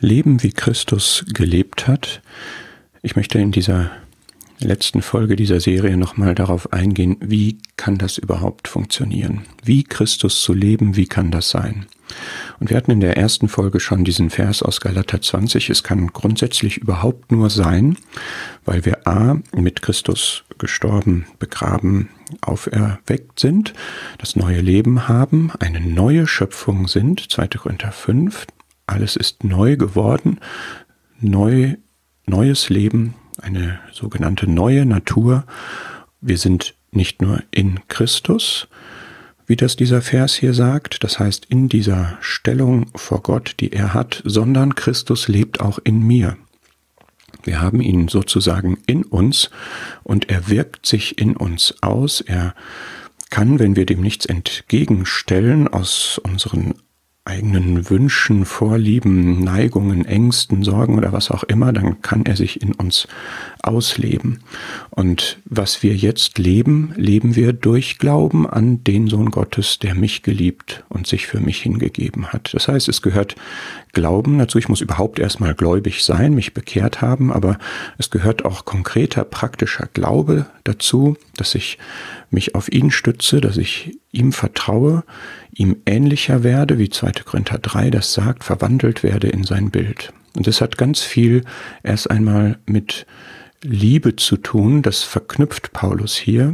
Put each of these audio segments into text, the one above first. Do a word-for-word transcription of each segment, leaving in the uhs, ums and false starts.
Leben, wie Christus gelebt hat. Ich möchte in dieser letzten Folge dieser Serie nochmal darauf eingehen, wie kann das überhaupt funktionieren? Wie Christus zu leben, wie kann das sein? Und wir hatten in der ersten Folge schon diesen Vers aus Galater zwanzig. Es kann grundsätzlich überhaupt nur sein, weil wir a. mit Christus gestorben, begraben, auferweckt sind, das neue Leben haben, eine neue Schöpfung sind, zweiter Korinther fünf, alles ist neu geworden, neu, neues Leben, eine sogenannte neue Natur. Wir sind nicht nur in Christus, wie das dieser Vers hier sagt, das heißt in dieser Stellung vor Gott, die er hat, sondern Christus lebt auch in mir. Wir haben ihn sozusagen in uns und er wirkt sich in uns aus. Er kann, wenn wir dem nichts entgegenstellen, aus unseren eigenen Wünschen, Vorlieben, Neigungen, Ängsten, Sorgen oder was auch immer, dann kann er sich in uns ausleben. Und was wir jetzt leben, leben wir durch Glauben an den Sohn Gottes, der mich geliebt und sich für mich hingegeben hat. Das heißt, es gehört Glauben dazu. Ich muss überhaupt erstmal gläubig sein, mich bekehrt haben, aber es gehört auch konkreter, praktischer Glaube dazu, dass ich mich auf ihn stütze, dass ich ihm vertraue, ihm ähnlicher werde, wie zweiter Korinther drei das sagt, verwandelt werde in sein Bild. Und das hat ganz viel erst einmal mit Liebe zu tun, das verknüpft Paulus hier,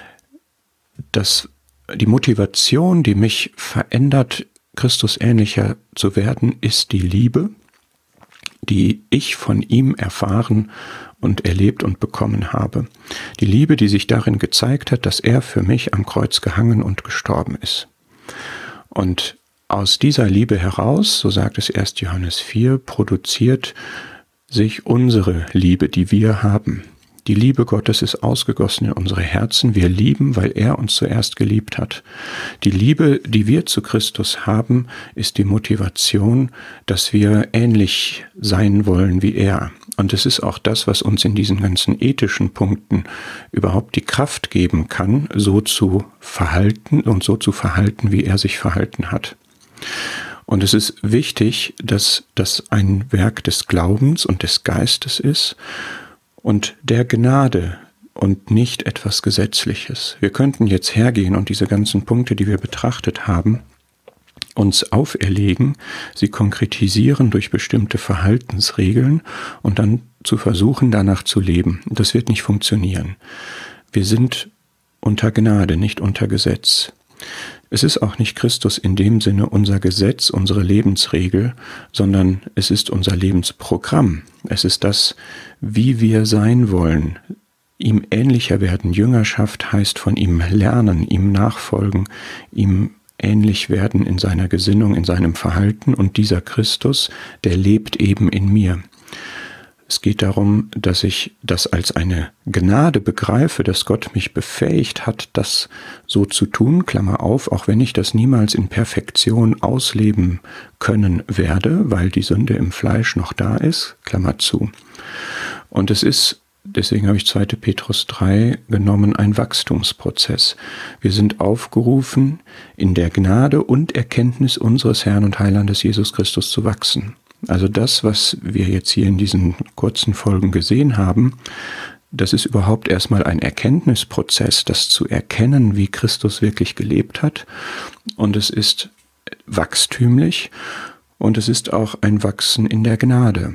dass die Motivation, die mich verändert, Christus ähnlicher zu werden, ist die Liebe, die ich von ihm erfahren und erlebt und bekommen habe. Die Liebe, die sich darin gezeigt hat, dass er für mich am Kreuz gehangen und gestorben ist. Und aus dieser Liebe heraus, so sagt es erster Johannes vier, produziert sich unsere Liebe, die wir haben. Die Liebe Gottes ist ausgegossen in unsere Herzen. Wir lieben, weil er uns zuerst geliebt hat. Die Liebe, die wir zu Christus haben, ist die Motivation, dass wir ähnlich sein wollen wie er. Und es ist auch das, was uns in diesen ganzen ethischen Punkten überhaupt die Kraft geben kann, so zu verhalten und so zu verhalten, wie er sich verhalten hat. Und es ist wichtig, dass das ein Werk des Glaubens und des Geistes ist und der Gnade und nicht etwas Gesetzliches. Wir könnten jetzt hergehen und diese ganzen Punkte, die wir betrachtet haben, uns auferlegen, sie konkretisieren durch bestimmte Verhaltensregeln und dann zu versuchen, danach zu leben. Das wird nicht funktionieren. Wir sind unter Gnade, nicht unter Gesetz. Es ist auch nicht Christus in dem Sinne unser Gesetz, unsere Lebensregel, sondern es ist unser Lebensprogramm. Es ist das, wie wir sein wollen. Ihm ähnlicher werden. Jüngerschaft heißt von ihm lernen, ihm nachfolgen, ihm ähnlich werden in seiner Gesinnung, in seinem Verhalten. Und dieser Christus, der lebt eben in mir. Es geht darum, dass ich das als eine Gnade begreife, dass Gott mich befähigt hat, das so zu tun, Klammer auf, auch wenn ich das niemals in Perfektion ausleben können werde, weil die Sünde im Fleisch noch da ist, Klammer zu. Und es ist, deswegen habe ich zweiter Petrus drei genommen, ein Wachstumsprozess. Wir sind aufgerufen, in der Gnade und Erkenntnis unseres Herrn und Heilandes Jesus Christus zu wachsen. Also das, was wir jetzt hier in diesen kurzen Folgen gesehen haben, das ist überhaupt erstmal ein Erkenntnisprozess, das zu erkennen, wie Christus wirklich gelebt hat. Und es ist wachstümlich und es ist auch ein Wachsen in der Gnade.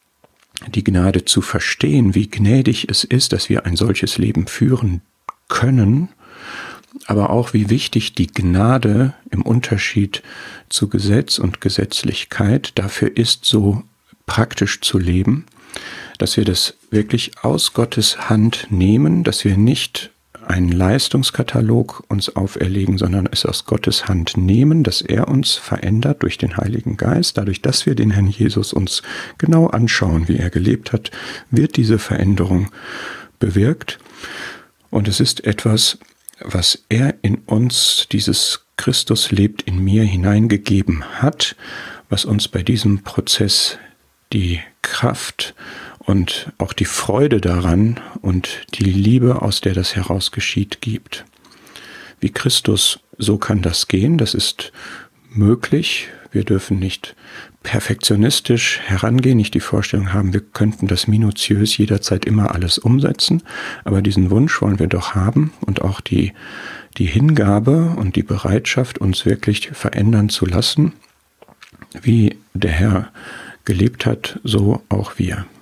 Die Gnade zu verstehen, wie gnädig es ist, dass wir ein solches Leben führen können, aber auch wie wichtig die Gnade im Unterschied zu Gesetz und Gesetzlichkeit dafür ist, so praktisch zu leben, dass wir das wirklich aus Gottes Hand nehmen, dass wir nicht einen Leistungskatalog uns auferlegen, sondern es aus Gottes Hand nehmen, dass er uns verändert durch den Heiligen Geist. Dadurch, dass wir den Herrn Jesus uns genau anschauen, wie er gelebt hat, wird diese Veränderung bewirkt. Und es ist etwas, was er in uns, dieses Christus lebt in mir, hineingegeben hat, was uns bei diesem Prozess die Kraft und auch die Freude daran und die Liebe, aus der das heraus geschieht, gibt. Wie Christus, so kann das gehen, das ist möglich. Wir dürfen nicht perfektionistisch herangehen, nicht die Vorstellung haben, wir könnten das minutiös jederzeit immer alles umsetzen. Aber diesen Wunsch wollen wir doch haben und auch die, die Hingabe und die Bereitschaft, uns wirklich verändern zu lassen, wie der Herr gelebt hat, so auch wir.